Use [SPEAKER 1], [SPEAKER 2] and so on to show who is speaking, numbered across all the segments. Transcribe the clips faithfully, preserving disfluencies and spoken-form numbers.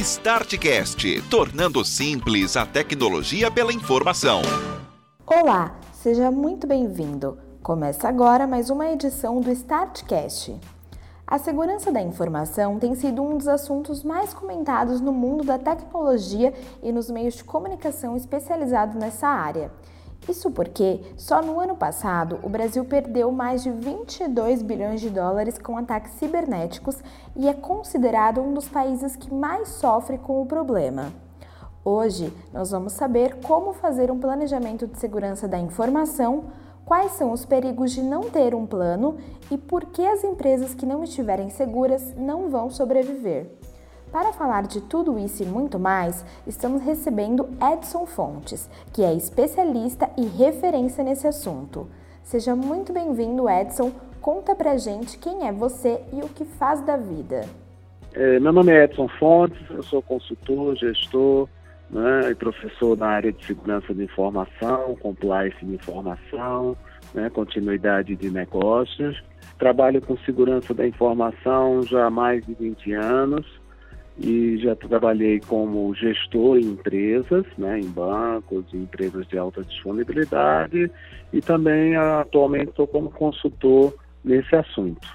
[SPEAKER 1] StartCast, tornando simples a tecnologia pela informação.
[SPEAKER 2] Olá, seja muito bem-vindo. Começa agora mais uma edição do StartCast. A segurança da informação tem sido um dos assuntos mais comentados no mundo da tecnologia e nos meios de comunicação especializados nessa área. Isso porque, só no ano passado, o Brasil perdeu mais de vinte e dois bilhões de dólares com ataques cibernéticos e é considerado um dos países que mais sofre com o problema. Hoje, nós vamos saber como fazer um planejamento de segurança da informação, quais são os perigos de não ter um plano e por que as empresas que não estiverem seguras não vão sobreviver. Para falar de tudo isso e muito mais, estamos recebendo Edson Fontes, que é especialista e referência nesse assunto. Seja muito bem-vindo, Edson. Conta pra gente quem é você e o que faz da vida.
[SPEAKER 3] É, meu nome é Edson Fontes, eu sou consultor, gestor, né, e professor na área de segurança de informação, compliance de informação, né, continuidade de negócios. Trabalho com segurança da informação já há mais de vinte anos. E já trabalhei como gestor em empresas, né, em bancos, em empresas de alta disponibilidade e também atualmente estou como consultor nesse assunto.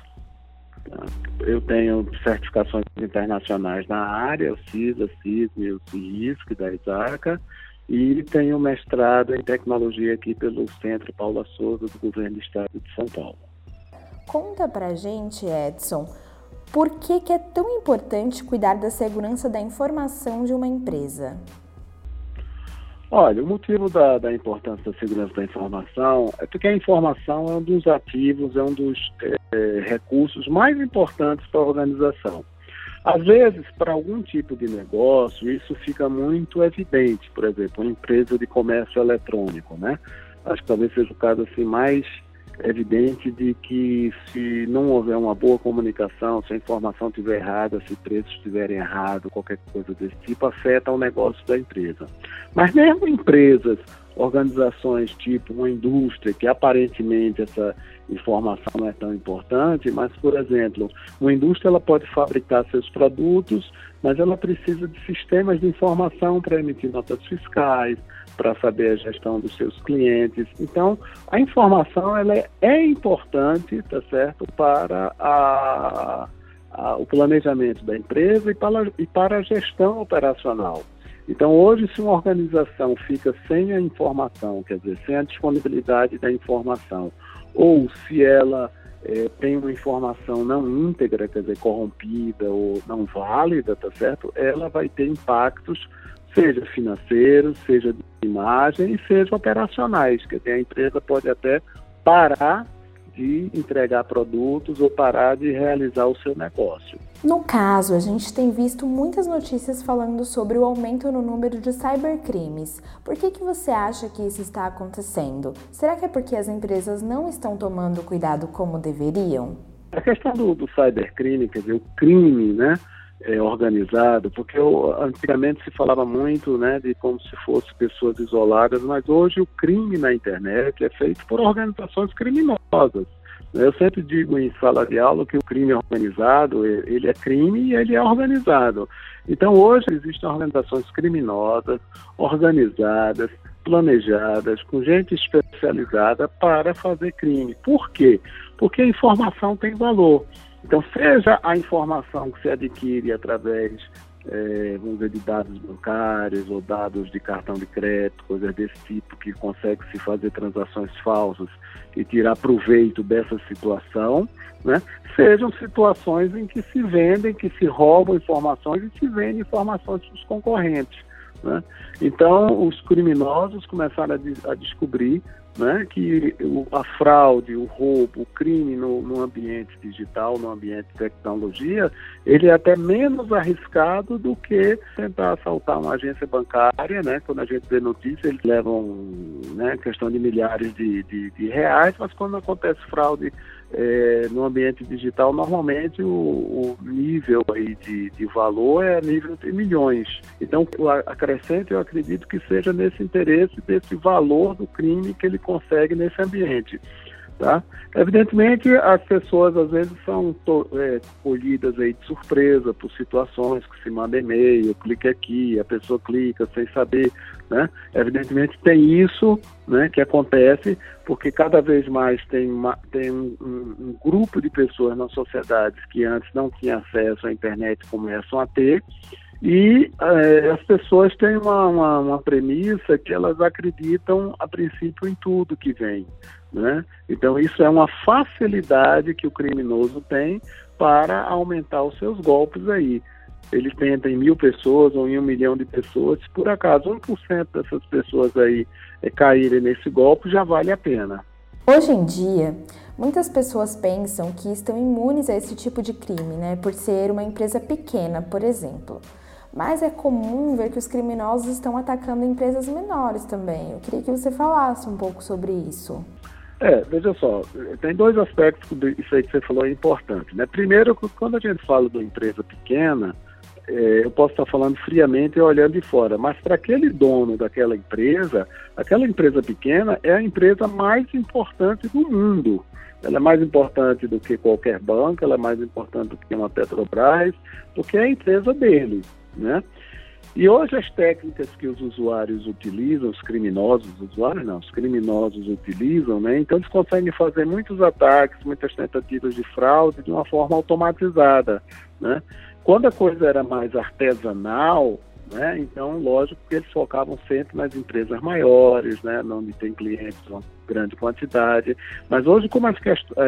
[SPEAKER 3] Eu tenho certificações internacionais na área, o CISA, CISM, o CIRISC da ISACA, e tenho mestrado em tecnologia aqui pelo Centro Paula Souza do Governo do Estado de São Paulo.
[SPEAKER 2] Conta pra gente, Edson, por que que é tão importante cuidar da segurança da informação de uma empresa?
[SPEAKER 3] Olha, o motivo da, da importância da segurança da informação é porque a informação é um dos ativos, é um dos é, recursos mais importantes para a organização. Às vezes, para algum tipo de negócio, isso fica muito evidente. Por exemplo, uma empresa de comércio eletrônico, né? Acho que talvez seja o caso assim, mais evidente de que se não houver uma boa comunicação, se a informação estiver errada, se preços estiverem errados, qualquer coisa desse tipo, afeta o negócio da empresa. Mas mesmo empresas, organizações tipo uma indústria, que aparentemente essa informação não é tão importante, mas, por exemplo, uma indústria ela pode fabricar seus produtos, mas ela precisa de sistemas de informação para emitir notas fiscais, para saber a gestão dos seus clientes. Então, a informação ela é, é importante, tá certo, para a, a, o planejamento da empresa e para, e para a gestão operacional. Então, hoje, se uma organização fica sem a informação, quer dizer, sem a disponibilidade da informação, ou se ela é, tem uma informação não íntegra, quer dizer, corrompida ou não válida, tá certo, ela vai ter impactos, seja financeiros, seja de imagem e seja operacionais, quer dizer, a empresa pode até parar de entregar produtos ou parar de realizar o seu negócio.
[SPEAKER 2] No caso, a gente tem visto muitas notícias falando sobre o aumento no número de cybercrimes. Por que que você acha que isso está acontecendo? Será que é porque as empresas não estão tomando cuidado como deveriam?
[SPEAKER 3] A questão do, do cybercrime, quer dizer, o crime, né? É, organizado, porque eu, antigamente se falava muito, né, de como se fossem pessoas isoladas, mas hoje o crime na internet é feito por organizações criminosas. Eu sempre digo em sala de aula que o crime organizado, ele é crime e ele é organizado. Então hoje existem organizações criminosas, organizadas, planejadas, com gente especializada para fazer crime. Por quê? Porque a informação tem valor. Então, seja a informação que se adquire através, é, vamos dizer, de dados bancários ou dados de cartão de crédito, coisas desse tipo, que consegue se fazer transações falsas e tirar proveito dessa situação, né? Sejam situações em que se vendem, que se roubam informações e se vendem informações para os concorrentes, né? Então, os criminosos começaram a, de, a descobrir, né, que o, a fraude, o roubo, o crime no, no ambiente digital, no ambiente de tecnologia, ele é até menos arriscado do que tentar assaltar uma agência bancária, né? Quando a gente vê notícias, eles levam, né, questão de milhares de, de, de reais, mas quando acontece fraude é, no ambiente digital, normalmente o, o nível aí de, de valor é nível de milhões. Então, acrescento, eu acredito que seja nesse interesse desse valor do crime que ele consegue nesse ambiente. Tá? Evidentemente, as pessoas às vezes são to, é, colhidas aí de surpresa por situações que se manda e-mail, clique aqui, a pessoa clica sem saber, né? Evidentemente tem isso, né, que acontece porque cada vez mais tem, uma, tem um, um, um grupo de pessoas na sociedade que antes não tinha acesso à internet começam a ter. E é, as pessoas têm uma, uma, uma premissa que elas acreditam, a princípio, em tudo que vem, né? Então, isso é uma facilidade que o criminoso tem para aumentar os seus golpes aí. Ele tenta em mil pessoas ou em um milhão de pessoas, se por acaso um por cento dessas pessoas aí é, caírem nesse golpe, já vale a pena.
[SPEAKER 2] Hoje em dia, muitas pessoas pensam que estão imunes a esse tipo de crime, né? Por ser uma empresa pequena, por exemplo. Mas é comum ver que os criminosos estão atacando empresas menores também. Eu queria que você falasse um pouco sobre isso.
[SPEAKER 3] É, veja só, tem dois aspectos disso aí que você falou é importante, né? Primeiro, quando a gente fala de uma empresa pequena, é, eu posso estar falando friamente e olhando de fora, mas para aquele dono daquela empresa, aquela empresa pequena é a empresa mais importante do mundo. Ela é mais importante do que qualquer banco, ela é mais importante do que uma Petrobras, porque é a empresa dele, né? E hoje as técnicas que os usuários utilizam, os criminosos, os usuários não, os criminosos utilizam, né? Então eles conseguem fazer muitos ataques, muitas tentativas de fraude de uma forma automatizada, né? Quando a coisa era mais artesanal, né? Então, lógico que eles focavam sempre nas empresas maiores, né? Onde tem clientes uma grande quantidade. Mas hoje, como as,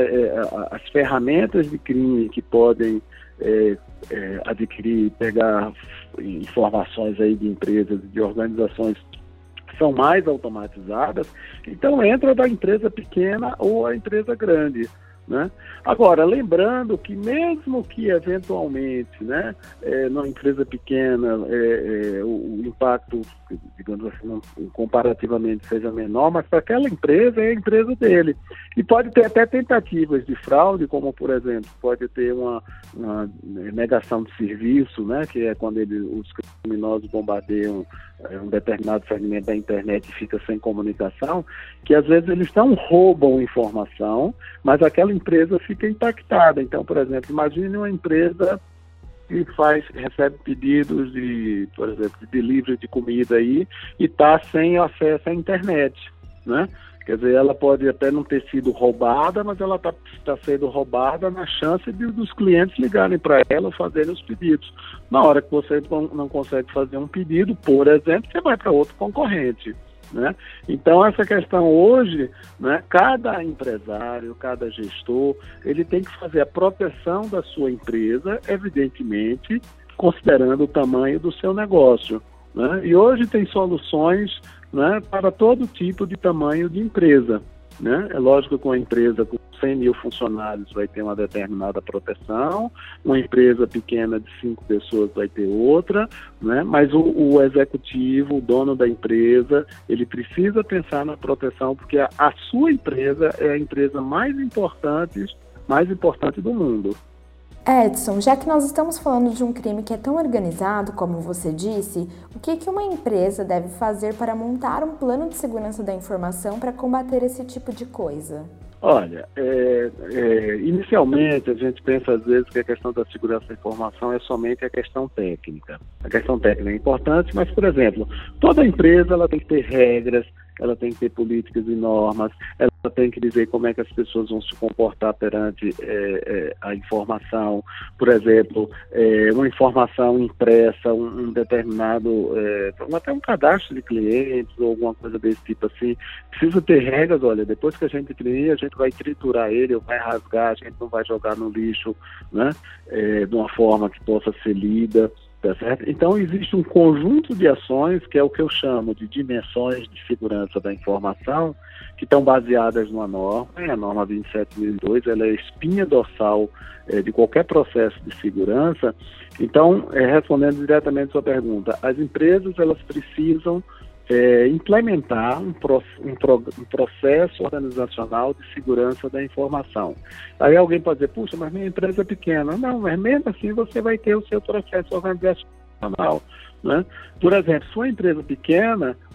[SPEAKER 3] as ferramentas de crime que podem é, é, adquirir, pegar informações aí de empresas, de organizações são mais automatizadas, então entra da empresa pequena ou a empresa grande, né? Agora, lembrando que mesmo que eventualmente, né, é, numa empresa pequena é, é, o, o impacto, digamos assim, não, comparativamente seja menor, mas para aquela empresa é a empresa dele. E pode ter até tentativas de fraude, como por exemplo, pode ter uma, uma negação de serviço, né, que é quando ele, os criminosos bombardeiam um determinado segmento da internet e fica sem comunicação, que às vezes eles não roubam informação, mas aquela empresa fica impactada. Então, por exemplo, imagine uma empresa que faz, recebe pedidos de, por exemplo, de delivery de comida aí e está sem acesso à internet, né? Quer dizer, ela pode até não ter sido roubada, mas ela está tá sendo roubada na chance de, dos clientes ligarem para ela, fazerem os pedidos. Na hora que você não, não consegue fazer um pedido, por exemplo, você vai para outro concorrente, né? Então, essa questão hoje, né, cada empresário, cada gestor, ele tem que fazer a proteção da sua empresa, evidentemente, considerando o tamanho do seu negócio, né? E hoje tem soluções, né, para todo tipo de tamanho de empresa, né? É lógico que uma empresa com cem mil funcionários vai ter uma determinada proteção, uma empresa pequena de cinco pessoas vai ter outra, né? Mas o, o executivo, o dono da empresa, ele precisa pensar na proteção, porque a, a sua empresa é a empresa mais importante, mais importante do mundo.
[SPEAKER 2] Edson, já que nós estamos falando de um crime que é tão organizado, como você disse, o que, que uma empresa deve fazer para montar um plano de segurança da informação para combater esse tipo de coisa?
[SPEAKER 3] Olha, é, é, inicialmente a gente pensa às vezes que a questão da segurança da informação é somente a questão técnica. A questão técnica é importante, mas, por exemplo, toda empresa ela tem que ter regras, ela tem que ter políticas e normas, ela tem que dizer como é que as pessoas vão se comportar perante é, é, a informação. Por exemplo, é, uma informação impressa, um, um determinado, é, até um cadastro de clientes ou alguma coisa desse tipo assim, precisa ter regras. Olha, depois que a gente cria, a gente vai triturar ele, ou vai rasgar, a gente não vai jogar no lixo, né, é, de uma forma que possa ser lida. Tá certo? Então, existe um conjunto de ações, que é o que eu chamo de dimensões de segurança da informação, que estão baseadas numa norma, a norma vinte e sete mil e dois, ela é a espinha dorsal é, de qualquer processo de segurança. Então, é, respondendo diretamente a sua pergunta, as empresas elas precisam é, implementar um, pro, um, pro, um processo organizacional de segurança da informação. Aí alguém pode dizer, puxa, mas minha empresa é pequena. Não, mas mesmo assim você vai ter o seu processo organizacional, né? Por exemplo, se uma empresa pequena,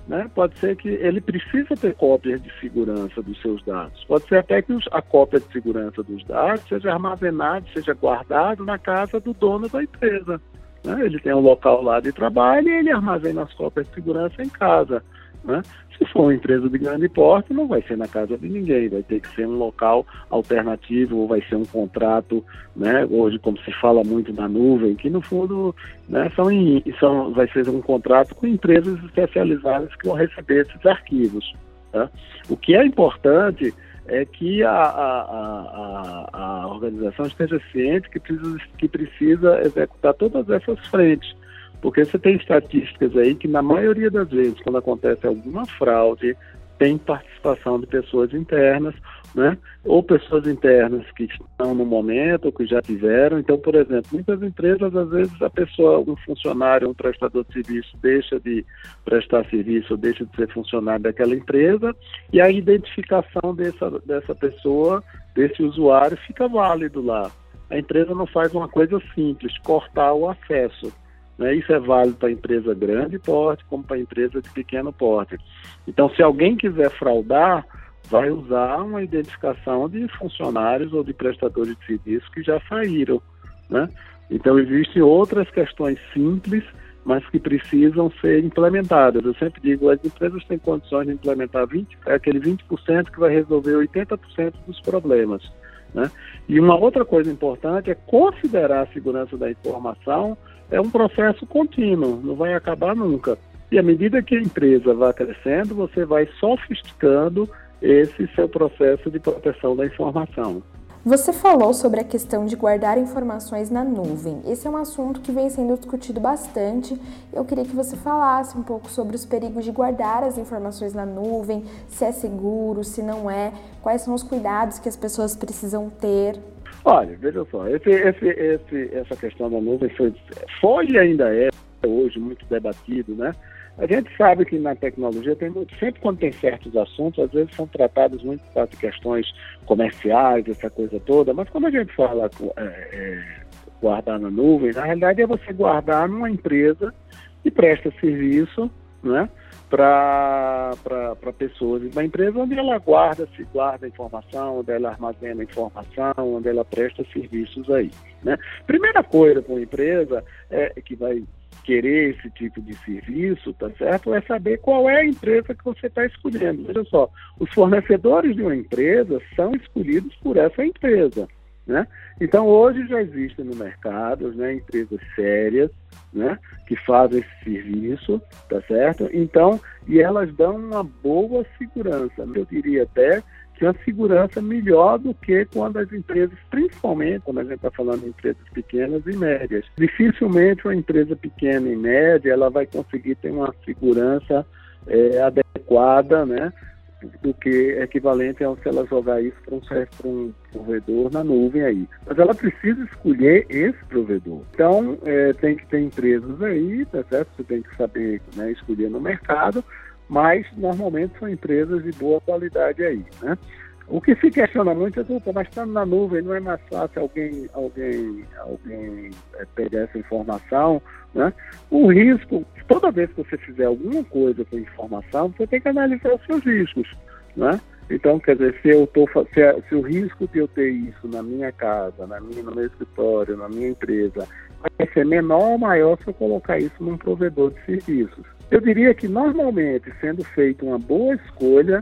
[SPEAKER 3] né? Pode ser que ele precisa ter cópias de segurança dos seus dados. Pode ser até que os, a cópia de segurança dos dados seja armazenada, seja guardado na casa do dono da empresa, né? Ele tem um local lá de trabalho e ele armazena as cópias de segurança em casa, né? Se for uma empresa de grande porte, não vai ser na casa de ninguém, vai ter que ser um local alternativo, ou vai ser um contrato, né? Hoje, como se fala muito na nuvem, que no fundo, né, são, em, são, vai ser um contrato com empresas especializadas que vão receber esses arquivos, tá? O que é importante é que a, a, a, a organização esteja ciente que precisa, que precisa executar todas essas frentes. Porque você tem estatísticas aí que, na maioria das vezes, quando acontece alguma fraude, tem participação de pessoas internas, né? Ou pessoas internas que estão no momento, ou que já tiveram. Então, por exemplo, muitas empresas, às vezes, a pessoa, um funcionário, um prestador de serviço, deixa de prestar serviço, ou deixa de ser funcionário daquela empresa, e a identificação dessa, dessa pessoa, desse usuário, fica válido lá. A empresa não faz uma coisa simples, cortar o acesso. Isso é válido para empresa grande porte, como para empresa de pequeno porte. Então, se alguém quiser fraudar, vai usar uma identificação de funcionários ou de prestadores de serviço que já saíram, né? Então, existem outras questões simples, mas que precisam ser implementadas. Eu sempre digo, as empresas têm condições de implementar vinte, aquele vinte por cento que vai resolver oitenta por cento dos problemas, né? E uma outra coisa importante é considerar a segurança da informação. É um processo contínuo, não vai acabar nunca. E à medida que a empresa vai crescendo, você vai sofisticando esse seu processo de proteção da informação.
[SPEAKER 2] Você falou sobre a questão de guardar informações na nuvem. Esse é um assunto que vem sendo discutido bastante. Eu queria que você falasse um pouco sobre os perigos de guardar as informações na nuvem, se é seguro, se não é, quais são os cuidados que as pessoas precisam ter.
[SPEAKER 3] Olha, veja só, esse, esse, esse, essa questão da nuvem foi, foi e ainda é hoje muito debatido, né? A gente sabe que na tecnologia tem muito, sempre quando tem certos assuntos, às vezes são tratados muito de questões comerciais, essa coisa toda, mas quando a gente fala é, é, guardar na nuvem, na realidade é você guardar numa empresa que presta serviço, né, para pessoas. Uma empresa onde ela guarda, se guarda informação, onde ela armazena informação, onde ela presta serviços aí, né? Primeira coisa para uma empresa é, que vai querer esse tipo de serviço, tá certo? É saber qual é a empresa que você está escolhendo. Veja só, os fornecedores de uma empresa são escolhidos por essa empresa, né? Então, hoje já existem no mercado, né, empresas sérias, né, que fazem esse serviço, tá certo? Então, e elas dão uma boa segurança. Eu diria até que uma segurança melhor do que quando as empresas, principalmente quando a gente está falando de empresas pequenas e médias. Dificilmente uma empresa pequena e média ela vai conseguir ter uma segurança é, adequada, né, do que equivalente a se ela jogar isso para um, para um provedor na nuvem aí. Mas ela precisa escolher esse provedor. Então, é, tem que ter empresas aí, tá certo? Você tem que saber, né, escolher no mercado, mas normalmente são empresas de boa qualidade aí, né? O que se questiona muito é, mas estando na nuvem, não é mais fácil alguém, alguém, alguém é, pegar essa informação, né? O risco, toda vez que você fizer alguma coisa com informação, você tem que analisar os seus riscos, né? Então, quer dizer, se, eu tô, se, se o risco de eu ter isso na minha casa, na minha, no meu escritório, na minha empresa, vai ser menor ou maior se eu colocar isso num provedor de serviços. Eu diria que, normalmente, sendo feita uma boa escolha,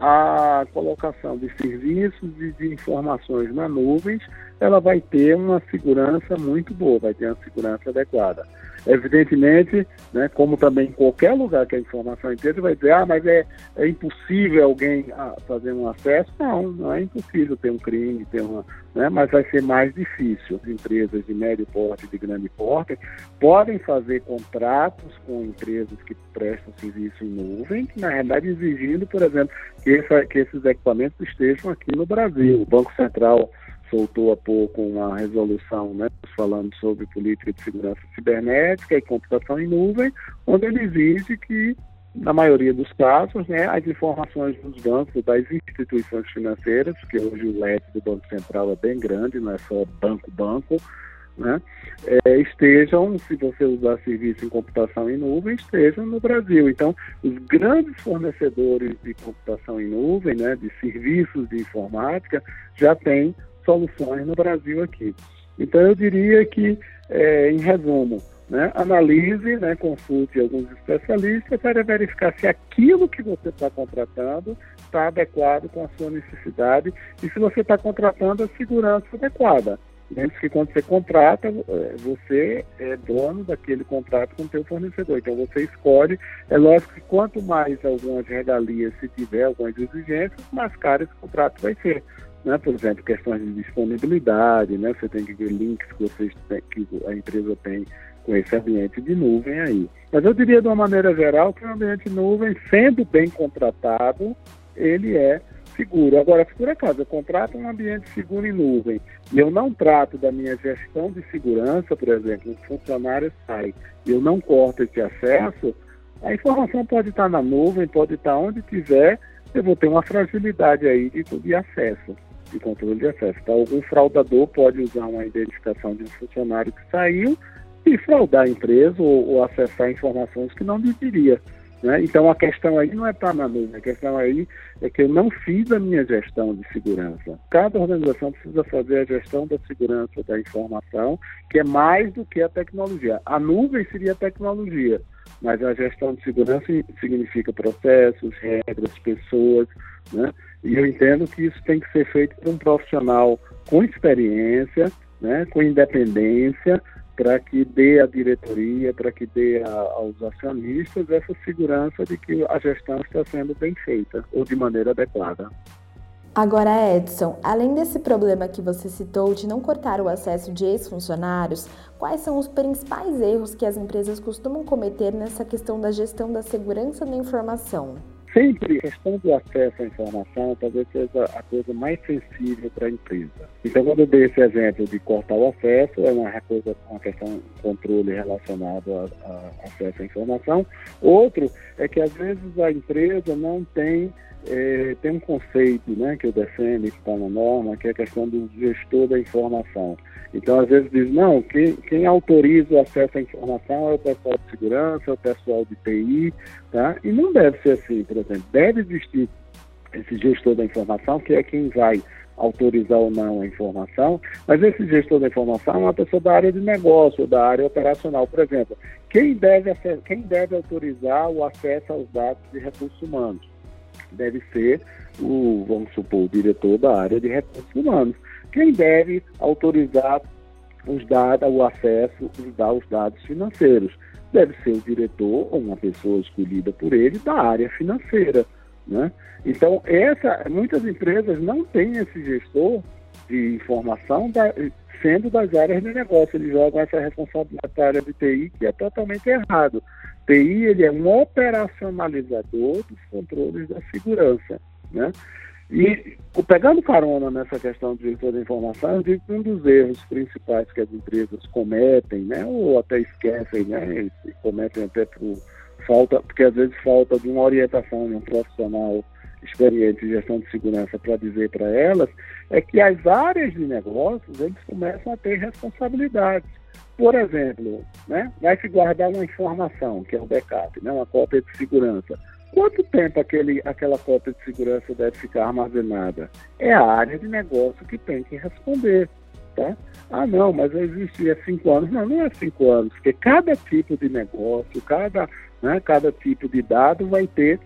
[SPEAKER 3] a colocação de serviços e de informações na nuvem, ela vai ter uma segurança muito boa, vai ter uma segurança adequada. Evidentemente, né, como também em qualquer lugar que a informação esteja, vai dizer, ah, mas é, é impossível alguém ah, fazer um acesso. Não, não é impossível ter um crime, ter uma, né, mas vai ser mais difícil. As empresas de médio porte e de grande porte podem fazer contratos com empresas que prestam serviço em nuvem, que na realidade exigindo, por exemplo, que, essa, que esses equipamentos estejam aqui no Brasil. O Banco Central soltou há pouco uma resolução, né, falando sobre política de segurança cibernética e computação em nuvem, onde ele exige que, na maioria dos casos, né, as informações dos bancos, das instituições financeiras, que hoje o leque do Banco Central é bem grande, não é só banco-banco, né, é, estejam, se você usar serviço em computação em nuvem, estejam no Brasil. Então, os grandes fornecedores de computação em nuvem, né, de serviços de informática, já têm soluções no Brasil aqui. Então, eu diria que, é, em resumo, né, analise, né, consulte alguns especialistas para verificar se aquilo que você está contratando está adequado com a sua necessidade e se você está contratando a segurança adequada. Lembre-se que quando você contrata, você é dono daquele contrato com o seu fornecedor. Então você escolhe, é lógico que quanto mais algumas regalias se tiver, algumas exigências, mais caro esse contrato vai ser. Né? Por exemplo, questões de disponibilidade, né? Você tem que ver links que, vocês têm, que a empresa tem com esse ambiente de nuvem aí. Mas eu diria de uma maneira geral que o ambiente de nuvem, sendo bem contratado, ele é seguro. Agora, se por acaso eu contrato um ambiente seguro em nuvem e eu não trato da minha gestão de segurança, por exemplo, um funcionário sai e eu não corto esse acesso, a informação pode estar na nuvem, pode estar onde tiver, eu vou ter uma fragilidade aí de, de acesso, de controle de acesso. Então, algum fraudador pode usar uma identificação de um funcionário que saiu e fraudar a empresa ou, ou acessar informações que não deveria. Né? Então, a questão aí não é estar na nuvem, a questão aí é que eu não fiz a minha gestão de segurança. Cada organização precisa fazer a gestão da segurança da informação, que é mais do que a tecnologia. A nuvem seria a tecnologia, mas a gestão de segurança significa processos, regras, pessoas, né? E eu entendo que isso tem que ser feito por um profissional com experiência, né? Com independência, para que dê à diretoria, para que dê a, aos acionistas essa segurança de que a gestão está sendo bem feita ou de maneira adequada.
[SPEAKER 2] Agora, Edson, além desse problema que você citou de não cortar o acesso de ex-funcionários, quais são os principais erros que as empresas costumam cometer nessa questão da gestão da segurança da informação?
[SPEAKER 3] Sempre a questão do acesso à informação talvez seja a coisa mais sensível para a empresa. Então, quando eu dei esse exemplo de cortar o acesso, é uma, coisa, uma questão de controle relacionado a, a acesso à informação. Outro é que, às vezes, a empresa não tem, é, tem um conceito, né, que eu defendo, que está na norma, que é a questão do gestor da informação. Então, às vezes, diz, não, quem, quem autoriza o acesso à informação é o pessoal de segurança, é o pessoal de T I, tá? E não deve ser assim, por exemplo. Deve existir esse gestor da informação, que é quem vai autorizar ou não a informação, mas esse gestor da informação é uma pessoa da área de negócio, da área operacional. Por exemplo, quem deve, quem deve autorizar o acesso aos dados de recursos humanos? Deve ser o, vamos supor, o diretor da área de recursos humanos. Quem deve autorizar os dados, o acesso aos dados financeiros? Deve ser o diretor ou uma pessoa escolhida por ele da área financeira, né? Então, essa, muitas empresas não têm esse gestor de informação da, sendo das áreas de negócio. Eles jogam essa responsabilidade para a área de T I, que é totalmente errado. T I, ele é um operacionalizador dos controles da segurança, né? E, pegando carona nessa questão de gestor da informação, eu digo que um dos erros principais que as empresas cometem, né, ou até esquecem, né, cometem até por falta, porque às vezes falta de uma orientação de um profissional experiente em gestão de segurança para dizer para elas, é que as áreas de negócios, eles começam a ter responsabilidades. Por exemplo, né, vai se guardar uma informação, que é o backup, né, uma cópia de segurança. Quanto tempo aquele, aquela cópia de segurança deve ficar armazenada? É a área de negócio que tem que responder, tá? Ah, não, mas existe há cinco anos. Não, não é cinco anos, porque cada tipo de negócio, cada, né, cada tipo de dado vai ter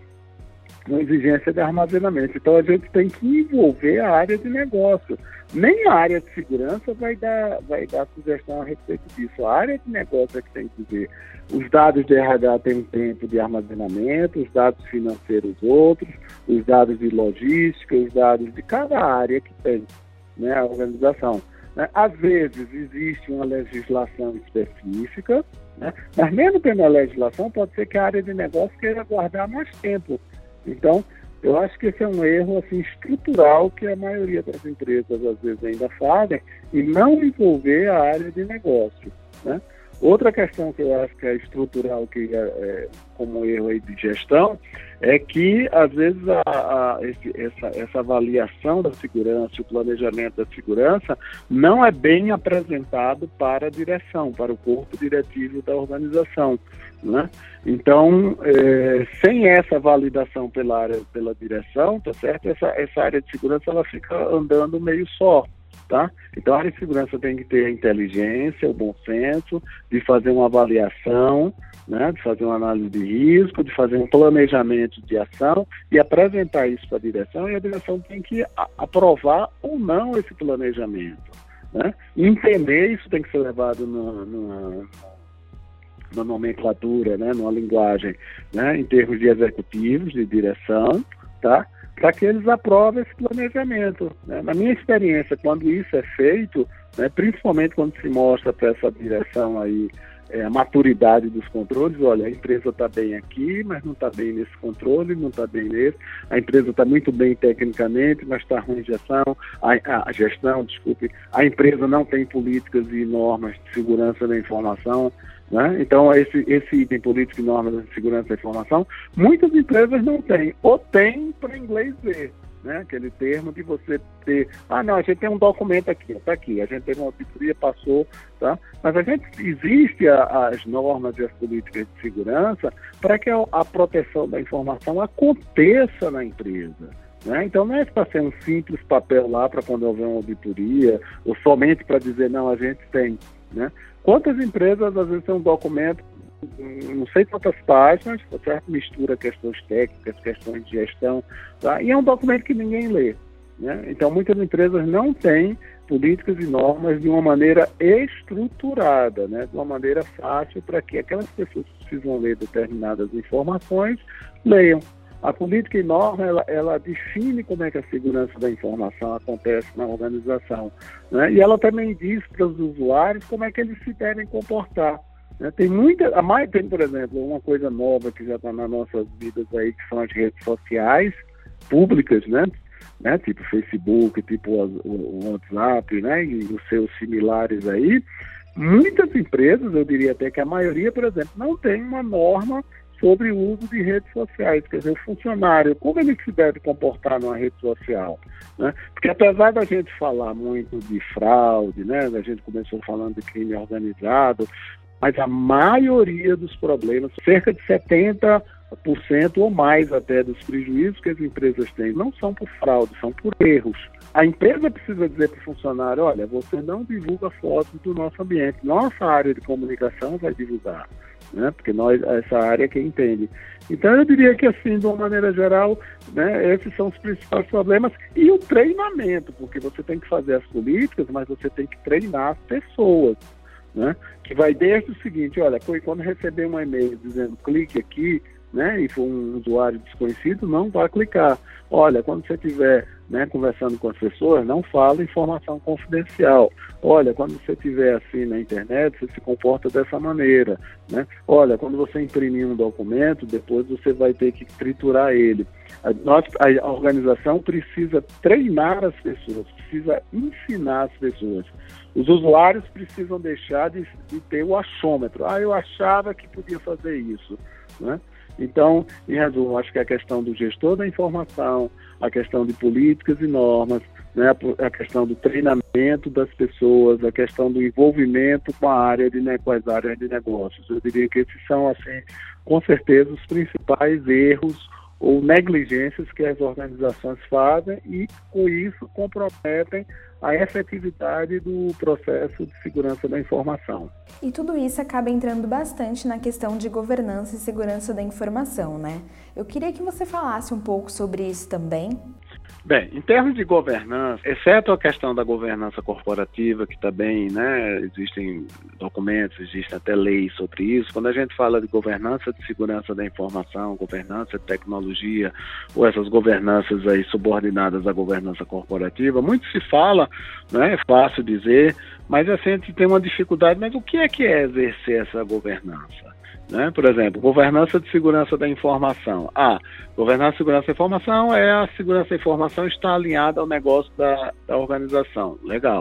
[SPEAKER 3] uma exigência de armazenamento. Então, a gente tem que envolver a área de negócio. Nem a área de segurança vai dar, vai dar sugestão a respeito disso. A área de negócio é que tem que dizer. Os dados de R H têm um tempo de armazenamento, os dados financeiros outros, os dados de logística, os dados de cada área que tem, né, a organização. Né? Às vezes existe uma legislação específica, né? Mas mesmo tendo a legislação, pode ser que a área de negócio queira guardar mais tempo. Então, eu acho que esse é um erro assim, estrutural que a maioria das empresas às vezes ainda fazem e não envolver a área de negócio, né? Outra questão que eu acho que é estrutural, que é, é como erro aí de gestão, é que, às vezes, a, a, esse, essa, essa avaliação da segurança, o planejamento da segurança, não é bem apresentado para a direção, para o corpo diretivo da organização, né? Então, é, sem essa validação pela área, pela direção, tá certo? Essa, essa área de segurança, ela fica andando meio só. Tá? Então, a área de segurança tem que ter a inteligência, o bom senso, de fazer uma avaliação, né, de fazer uma análise de risco, de fazer um planejamento de ação e apresentar isso para a direção, e a direção tem que a- aprovar ou não esse planejamento. Né? Entender, isso tem que ser levado no, no, na nomenclatura, né, numa linguagem, né, em termos de executivos, de direção, tá? Para que eles aprovem esse planejamento. Né? Na minha experiência, quando isso é feito, né, principalmente quando se mostra para essa direção aí é, a maturidade dos controles, olha, a empresa está bem aqui, mas não está bem nesse controle, não está bem nesse, a empresa está muito bem tecnicamente, mas está ruim em gestão, a, a gestão, desculpe, a empresa não tem políticas e normas de segurança da informação, né? Então, esse, esse item político e normas de segurança da informação, muitas empresas não têm, ou têm para inglês ver, né? Aquele termo de você ter, ah, não, a gente tem um documento aqui, está aqui, a gente teve uma auditoria, passou, tá? Mas a gente, existe a, as normas e as políticas de segurança para que a, a proteção da informação aconteça na empresa. Né? Então não é para ser um simples papel lá para quando houver uma auditoria, ou somente para dizer, não, a gente tem, né? Quantas empresas, às vezes, tem um documento, não sei quantas páginas, certo? Mistura questões técnicas, questões de gestão, tá? E é um documento que ninguém lê. Né? Então, muitas empresas não têm políticas e normas de uma maneira estruturada, né? De uma maneira fácil para que aquelas pessoas que precisam ler determinadas informações leiam. A política e norma, ela, ela define como é que a segurança da informação acontece na organização, né? E ela também diz para os usuários como é que eles se devem comportar. Né? Tem muita, a mais tem, por exemplo, uma coisa nova que já está nas nossas vidas aí, que são as redes sociais públicas, né? Né? Tipo Facebook, tipo o, o WhatsApp, né? E os seus similares aí. Muitas empresas, eu diria até que a maioria, por exemplo, não tem uma norma sobre o uso de redes sociais, quer dizer, o funcionário, como ele se deve comportar numa rede social, né? Porque apesar da gente falar muito de fraude, né, a gente começou falando de crime organizado, mas a maioria dos problemas, cerca de setenta por cento ou mais até dos prejuízos que as empresas têm, não são por fraude, são por erros. A empresa precisa dizer para o funcionário, olha, você não divulga fotos do nosso ambiente, nossa área de comunicação vai divulgar. Né? Porque nós, essa área é quem entende. Então eu diria que assim, de uma maneira geral, né, esses são os principais problemas, e o treinamento, porque você tem que fazer as políticas, mas você tem que treinar as pessoas, né? Que vai desde o seguinte, olha, quando receber um e-mail dizendo clique aqui, né, e for um usuário desconhecido, não vai clicar. Olha, quando você estiver, né, conversando com as pessoas, não fala informação confidencial. Olha, quando você estiver assim na internet, você se comporta dessa maneira. Né? Olha, quando você imprimir um documento, depois você vai ter que triturar ele. A, nós, a organização precisa treinar as pessoas, precisa ensinar as pessoas. Os usuários precisam deixar de, de ter o achômetro. Ah, eu achava que podia fazer isso. Né? Então, em resumo, acho que a questão do gestor da informação, a questão de políticas e normas, né, a questão do treinamento das pessoas, a questão do envolvimento com a área de, com as áreas de negócios. Eu diria que esses são, assim, com certeza, os principais erros ou negligências que as organizações fazem e, com isso, comprometem a efetividade do processo de segurança da informação.
[SPEAKER 2] E tudo isso acaba entrando bastante na questão de governança e segurança da informação, né? Eu queria que você falasse um pouco sobre isso também.
[SPEAKER 3] Bem, em termos de governança, exceto a questão da governança corporativa, que também, né, existem documentos, existem até leis sobre isso, quando a gente fala de governança de segurança da informação, governança de tecnologia, ou essas governanças aí subordinadas à governança corporativa, muito se fala, né, é fácil dizer, mas assim, a gente tem uma dificuldade, mas o que é que é exercer essa governança? Né? Por exemplo, governança de segurança da informação. Ah, governança de segurança da informação é a segurança da informação está alinhada ao negócio da, da organização. Legal.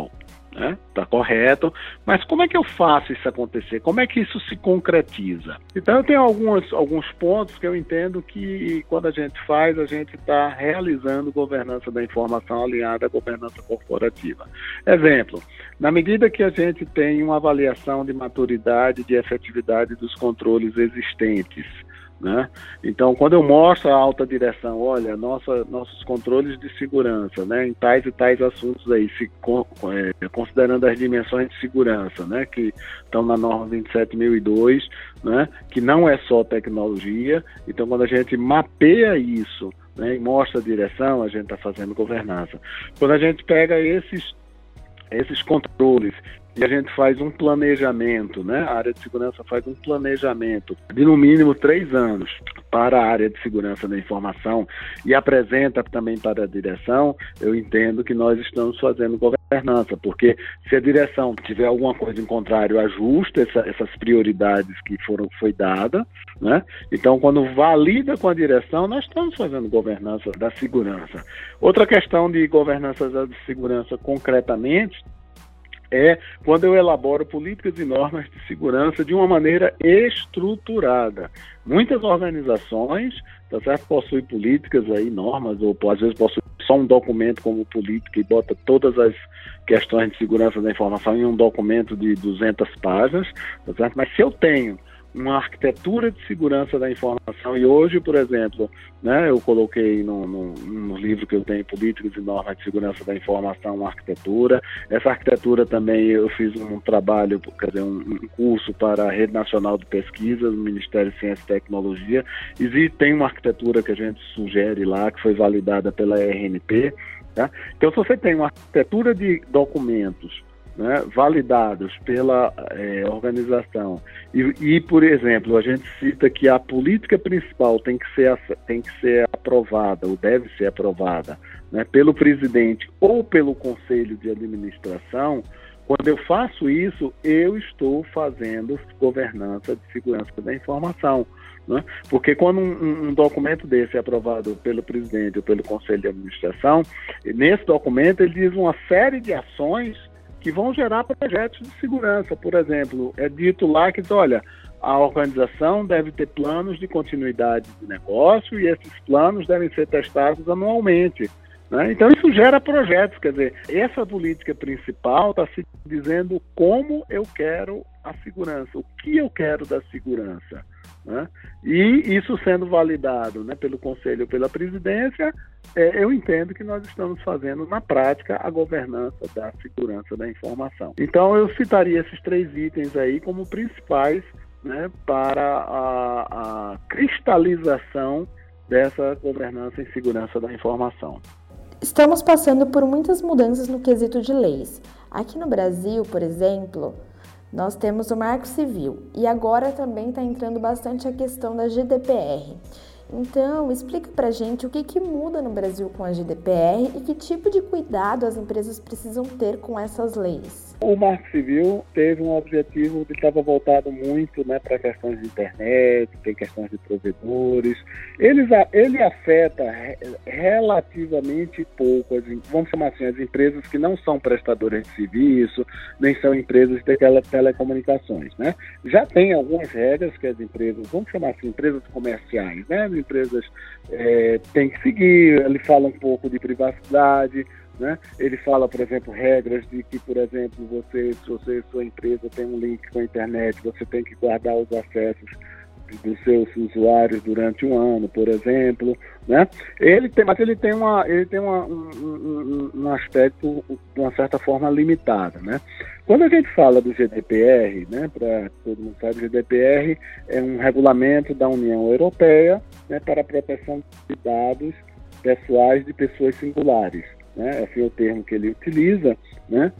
[SPEAKER 3] né? Tá correto, mas como é que eu faço isso acontecer? Como é que isso se concretiza? Então eu tenho alguns, alguns pontos que eu entendo que quando a gente faz, a gente está realizando governança da informação alinhada à governança corporativa. Exemplo, na medida que a gente tem uma avaliação de maturidade, de efetividade dos controles existentes, né? Então, quando eu mostro à alta direção, olha, nossa, nossos controles de segurança, né, em tais e tais assuntos aí, se, é, considerando as dimensões de segurança, né, que estão na norma vinte e sete mil e dois, né, que não é só tecnologia. Então, quando a gente mapeia isso, né, e mostra a direção, a gente está fazendo governança. Quando a gente pega esses, esses controles e a gente faz um planejamento, né? A área de segurança faz um planejamento de no mínimo três anos para a área de segurança da informação e apresenta também para a direção, eu entendo que nós estamos fazendo governança, porque se a direção tiver alguma coisa em contrário, ajusta essa, essas prioridades que foram foi dada, né? Então, quando valida com a direção, nós estamos fazendo governança da segurança. Outra questão de governança da segurança concretamente é quando eu elaboro políticas e normas de segurança de uma maneira estruturada. Muitas organizações, tá certo, possuem políticas aí, normas, ou às vezes possuem só um documento como política e bota todas as questões de segurança da informação em um documento de duzentas páginas, tá certo? Mas se eu tenho uma arquitetura de segurança da informação, e hoje, por exemplo, né, eu coloquei no, no, no livro que eu tenho, Políticas e Normas de Segurança da Informação, uma arquitetura. Essa arquitetura também eu fiz um trabalho, quer dizer, um, um curso para a Rede Nacional de Pesquisa, do Ministério de Ciência e Tecnologia. Existe, tem uma arquitetura que a gente sugere lá, que foi validada pela R N P. Tá? Então, se você tem uma arquitetura de documentos, né, validados pela é, organização e, e, por exemplo, a gente cita que a política principal tem que ser, tem que ser aprovada, ou deve ser aprovada, né, pelo presidente ou pelo conselho de administração. Quando eu faço isso, eu estou fazendo governança de segurança da informação. Né? Porque quando um, um documento desse é aprovado pelo presidente ou pelo conselho de administração, nesse documento ele diz uma série de ações que vão gerar projetos de segurança. Por exemplo, é dito lá que, olha, a organização deve ter planos de continuidade de negócio e esses planos devem ser testados anualmente. Né? Então, isso gera projetos. Quer dizer, essa política principal está se dizendo como eu quero a segurança, o que eu quero da segurança. Né? E isso sendo validado, né, pelo Conselho ou pela Presidência, é, eu entendo que nós estamos fazendo na prática a governança da segurança da informação. Então eu citaria esses três itens aí como principais, né, para a, a cristalização dessa governança em segurança da informação.
[SPEAKER 2] Estamos passando por muitas mudanças no quesito de leis. Aqui no Brasil, por exemplo, nós temos o Marco Civil e agora também está entrando bastante a questão da G D P R. Então, explica pra gente o que, que muda no Brasil com a G D P R e que tipo de cuidado as empresas precisam ter com essas leis.
[SPEAKER 3] O Marco Civil teve um objetivo que estava voltado muito, né, para questões de internet, tem questões de provedores. Ele, ele afeta relativamente pouco, as, vamos chamar assim, as empresas que não são prestadoras de serviço, nem são empresas de tele, telecomunicações. Né? Já tem algumas regras que as empresas, vamos chamar assim, empresas comerciais, né? As empresas é, têm que seguir. Ele fala um pouco de privacidade. Né? Ele fala, por exemplo, regras de que, por exemplo, você, se você, sua empresa tem um link com a internet, você tem que guardar os acessos dos seus usuários durante um ano, por exemplo. Né? Ele tem, mas ele tem, uma, ele tem uma, um, um, um aspecto, de uma certa forma, limitado. Né? Quando a gente fala do G D P R, né, para todo mundo sabe, o G D P R é um regulamento da União Europeia, né, para a proteção de dados pessoais de pessoas singulares. Né, esse é o termo que ele utiliza, né?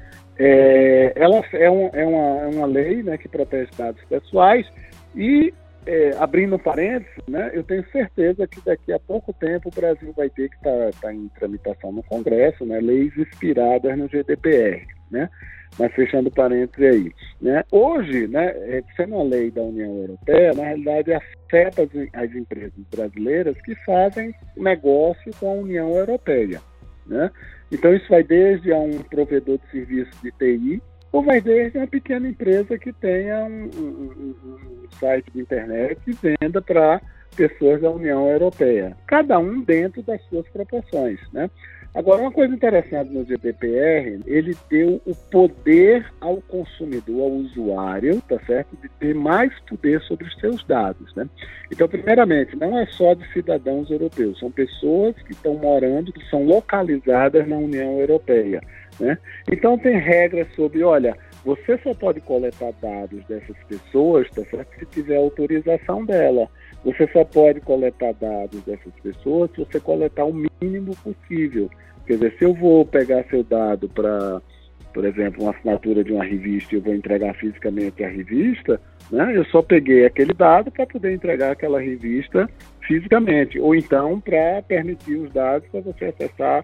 [SPEAKER 3] É, ela é, um, é, uma, é uma lei, né, que protege dados pessoais e, é, abrindo um parênteses, né, eu tenho certeza que daqui a pouco tempo o Brasil vai ter que estar tá, tá em tramitação no Congresso, né, leis inspiradas no G D P R, né? Mas fechando parênteses aí, né? Hoje, né, sendo uma lei da União Europeia, na realidade afeta as, as empresas brasileiras que fazem negócio com a União Europeia. Né? Então isso vai desde a um provedor de serviço de T I, ou vai desde uma pequena empresa que tenha um, um, um site de internet e venda para pessoas da União Europeia, cada um dentro das suas proporções, né? Agora, uma coisa interessante no G D P R, ele deu o poder ao consumidor, ao usuário, tá certo? De ter mais poder sobre os seus dados, né? Então, primeiramente, não é só de cidadãos europeus, são pessoas que estão morando, que são localizadas na União Europeia, né? Então, tem regras sobre, olha, você só pode coletar dados dessas pessoas, tá certo? Se tiver autorização dela. Você só pode coletar dados dessas pessoas se você coletar o mínimo possível. Quer dizer, se eu vou pegar seu dado para, por exemplo, uma assinatura de uma revista e eu vou entregar fisicamente a revista, né, eu só peguei aquele dado para poder entregar aquela revista fisicamente, ou então para permitir os dados para você acessar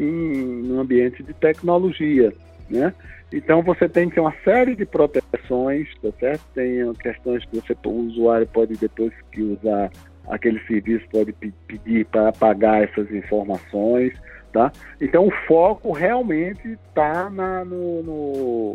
[SPEAKER 3] em um ambiente de tecnologia, né? Então você tem que ter uma série de proteções, tá certo? Tem questões que você, o usuário pode, depois que usar aquele serviço, pode pedir para apagar essas informações, tá? Então o foco realmente está no, no,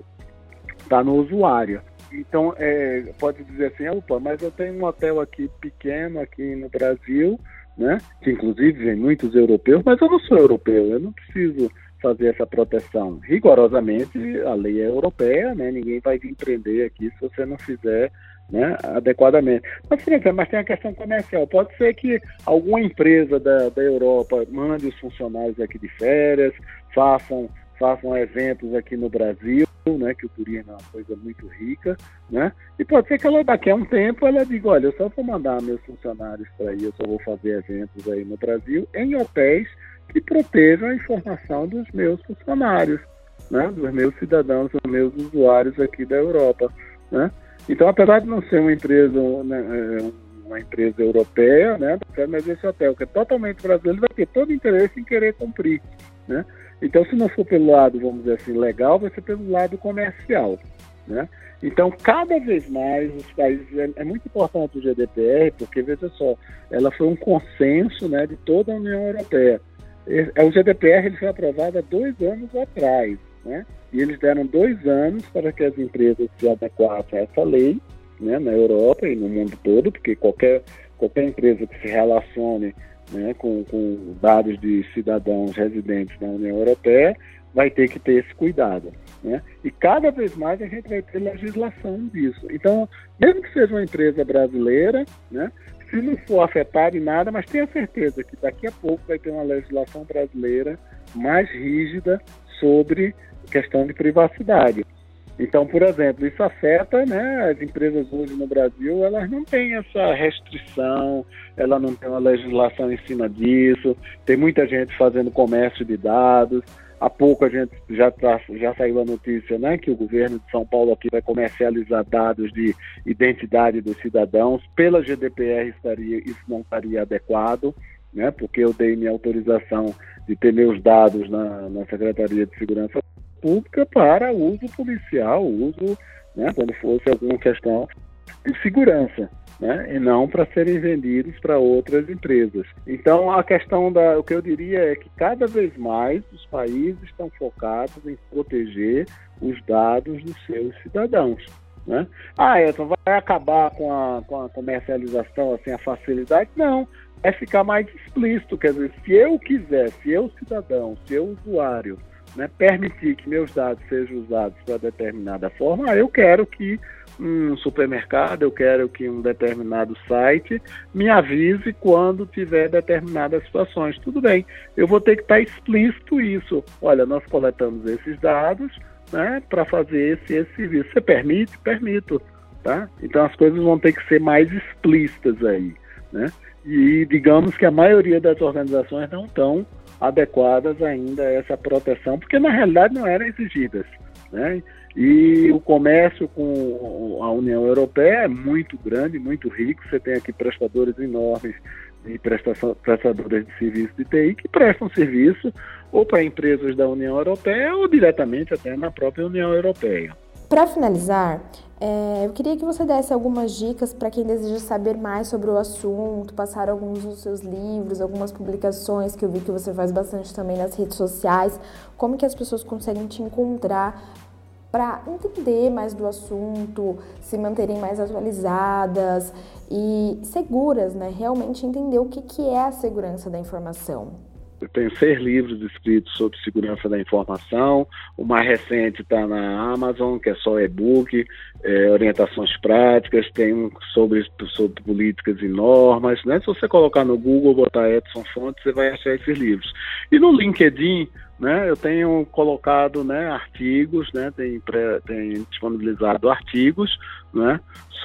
[SPEAKER 3] tá no usuário. Então é, pode dizer assim, opa, mas eu tenho um hotel aqui pequeno aqui no Brasil, né? Que inclusive vem muitos europeus, mas eu não sou europeu, eu não preciso fazer essa proteção. Rigorosamente, a lei é europeia, né? Ninguém vai vir prender aqui se você não fizer, né, adequadamente. Mas, por exemplo, mas tem a questão comercial. Pode ser que alguma empresa da, da Europa mande os funcionários aqui de férias, façam, façam eventos aqui no Brasil, né, que o turismo é uma coisa muito rica, né? E pode ser que ela, daqui a um tempo, ela diga, olha, eu só vou mandar meus funcionários para aí, eu só vou fazer eventos aí no Brasil, em hotéis que protejam a informação dos meus funcionários, né, dos meus cidadãos, dos meus usuários aqui da Europa, né? Então, apesar de não ser uma empresa, né, uma empresa europeia, né, mas esse hotel, que é totalmente brasileiro, vai ter todo interesse em querer cumprir, né? Então, se não for pelo lado, vamos dizer assim, legal, vai ser pelo lado comercial, né? Então, cada vez mais, os países, é, é muito importante o G D P R, porque, veja só, ela foi um consenso, né, de toda a União Europeia. O G D P R ele foi aprovado há dois anos atrás, né? E eles deram dois anos para que as empresas se adequassem a essa lei, né, na Europa e no mundo todo, porque qualquer, qualquer empresa que se relacione, né, com, com dados de cidadãos residentes na União Europeia vai ter que ter esse cuidado, né? E cada vez mais a gente vai ter legislação disso. Então, mesmo que seja uma empresa brasileira, né, se não for afetado em nada, mas tenha certeza que daqui a pouco vai ter uma legislação brasileira mais rígida sobre questão de privacidade. Então, por exemplo, isso afeta, né, as empresas hoje no Brasil, elas não têm essa restrição, ela não tem uma legislação em cima disso, tem muita gente fazendo comércio de dados. Há pouco a gente já, tá, já saiu a notícia, né, que o governo de São Paulo aqui vai comercializar dados de identidade dos cidadãos. Pela G D P R estaria, isso não estaria adequado, né, porque eu dei minha autorização de ter meus dados na, na Secretaria de Segurança Pública para uso policial, uso, né, quando fosse alguma questão de segurança, né, e não para serem vendidos para outras empresas. Então, a questão da, o que eu diria é que cada vez mais os países estão focados em proteger os dados dos seus cidadãos, né? Ah, Edson, vai acabar com a, com a comercialização, assim, a facilidade? Não, é ficar mais explícito, quer dizer, se eu quiser, se eu cidadão, se eu usuário, né, permitir que meus dados sejam usados para determinada forma, eu quero que um supermercado, eu quero que um determinado site me avise quando tiver determinadas situações. Tudo bem, eu vou ter que estar explícito isso. Olha, nós coletamos esses dados, né, para fazer esse, esse serviço. Você permite? Permito. Tá? Então as coisas vão ter que ser mais explícitas aí, né? E digamos que a maioria das organizações não estão adequadas ainda a essa proteção, porque na realidade não eram exigidas, né? E o comércio com a União Europeia é muito grande, muito rico. Você tem aqui prestadores enormes e prestadores de serviço de T I que prestam serviço ou para empresas da União Europeia ou diretamente até na própria União Europeia.
[SPEAKER 2] Para finalizar, é, eu queria que você desse algumas dicas para quem deseja saber mais sobre o assunto, passar alguns dos seus livros, algumas publicações que eu vi que você faz bastante também nas redes sociais, como que as pessoas conseguem te encontrar para entender mais do assunto, se manterem mais atualizadas e seguras, né? Realmente entender o que, que é a segurança da informação.
[SPEAKER 3] Eu tenho seis livros escritos sobre segurança da informação. O mais recente está na Amazon, que é só e-book, é, orientações práticas. Tem um sobre, sobre políticas e normas, né? Se você colocar no Google, botar Edson Fontes, você vai achar esses livros. E no LinkedIn, né, eu tenho colocado, né, artigos, né, tem, pré, tem disponibilizado artigos, né,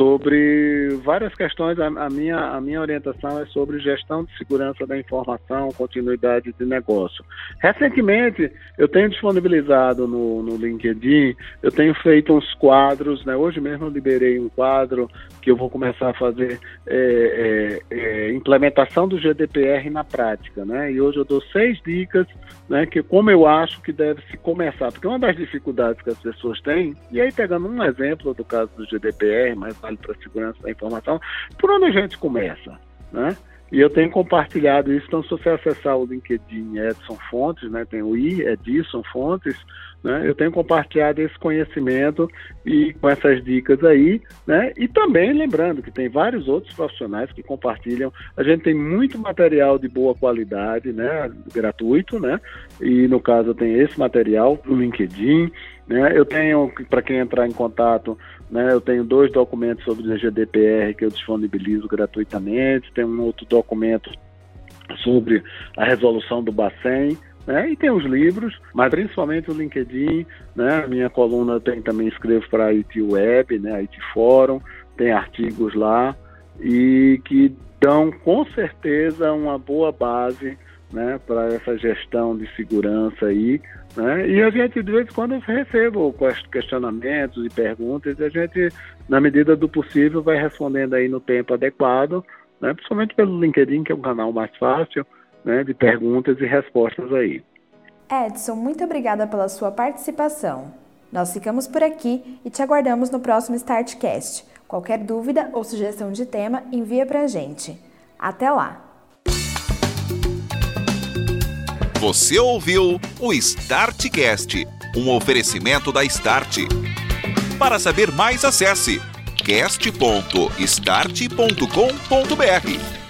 [SPEAKER 3] sobre várias questões. A, a, minha, a minha orientação é sobre gestão de segurança da informação, continuidade de negócio. Recentemente, eu tenho disponibilizado no, no LinkedIn, eu tenho feito uns quadros, né, hoje mesmo eu liberei um quadro que eu vou começar a fazer é, é, é, implementação do G D P R na prática, né, e hoje eu dou seis dicas, né, que como eu acho que deve se começar, porque uma das dificuldades que as pessoas têm, e aí pegando um exemplo do caso do G D P R, mas vale para a segurança da informação, por onde a gente começa, né? E eu tenho compartilhado isso, então se você acessar o LinkedIn Edson Fontes, né, tem o I, Edson Fontes, né, eu tenho compartilhado esse conhecimento e com essas dicas aí, né, e também lembrando que tem vários outros profissionais que compartilham. A gente tem muito material de boa qualidade, né, gratuito, né, e no caso eu tenho esse material no LinkedIn, né, eu tenho, para quem entrar em contato, né, eu tenho dois documentos sobre o G D P R que eu disponibilizo gratuitamente, tem um outro documento sobre a resolução do Bacen, né, e tem os livros, mas principalmente o LinkedIn, né, a minha coluna eu tenho, também escrevo para a I T Web, né, a I T Fórum, tem artigos lá, e que dão com certeza uma boa base, né, para essa gestão de segurança aí, né, e a gente de vez em quando recebe questionamentos e perguntas, e a gente, na medida do possível, vai respondendo aí no tempo adequado, né, principalmente pelo LinkedIn, que é um canal mais fácil, né, de perguntas e respostas aí.
[SPEAKER 2] Edson, muito obrigada pela sua participação. Nós ficamos por aqui e te aguardamos no próximo StartCast. Qualquer dúvida ou sugestão de tema, envia pra gente. Até lá!
[SPEAKER 1] Você ouviu o StartCast, um oferecimento da Start. Para saber mais, acesse cast ponto start ponto com ponto br.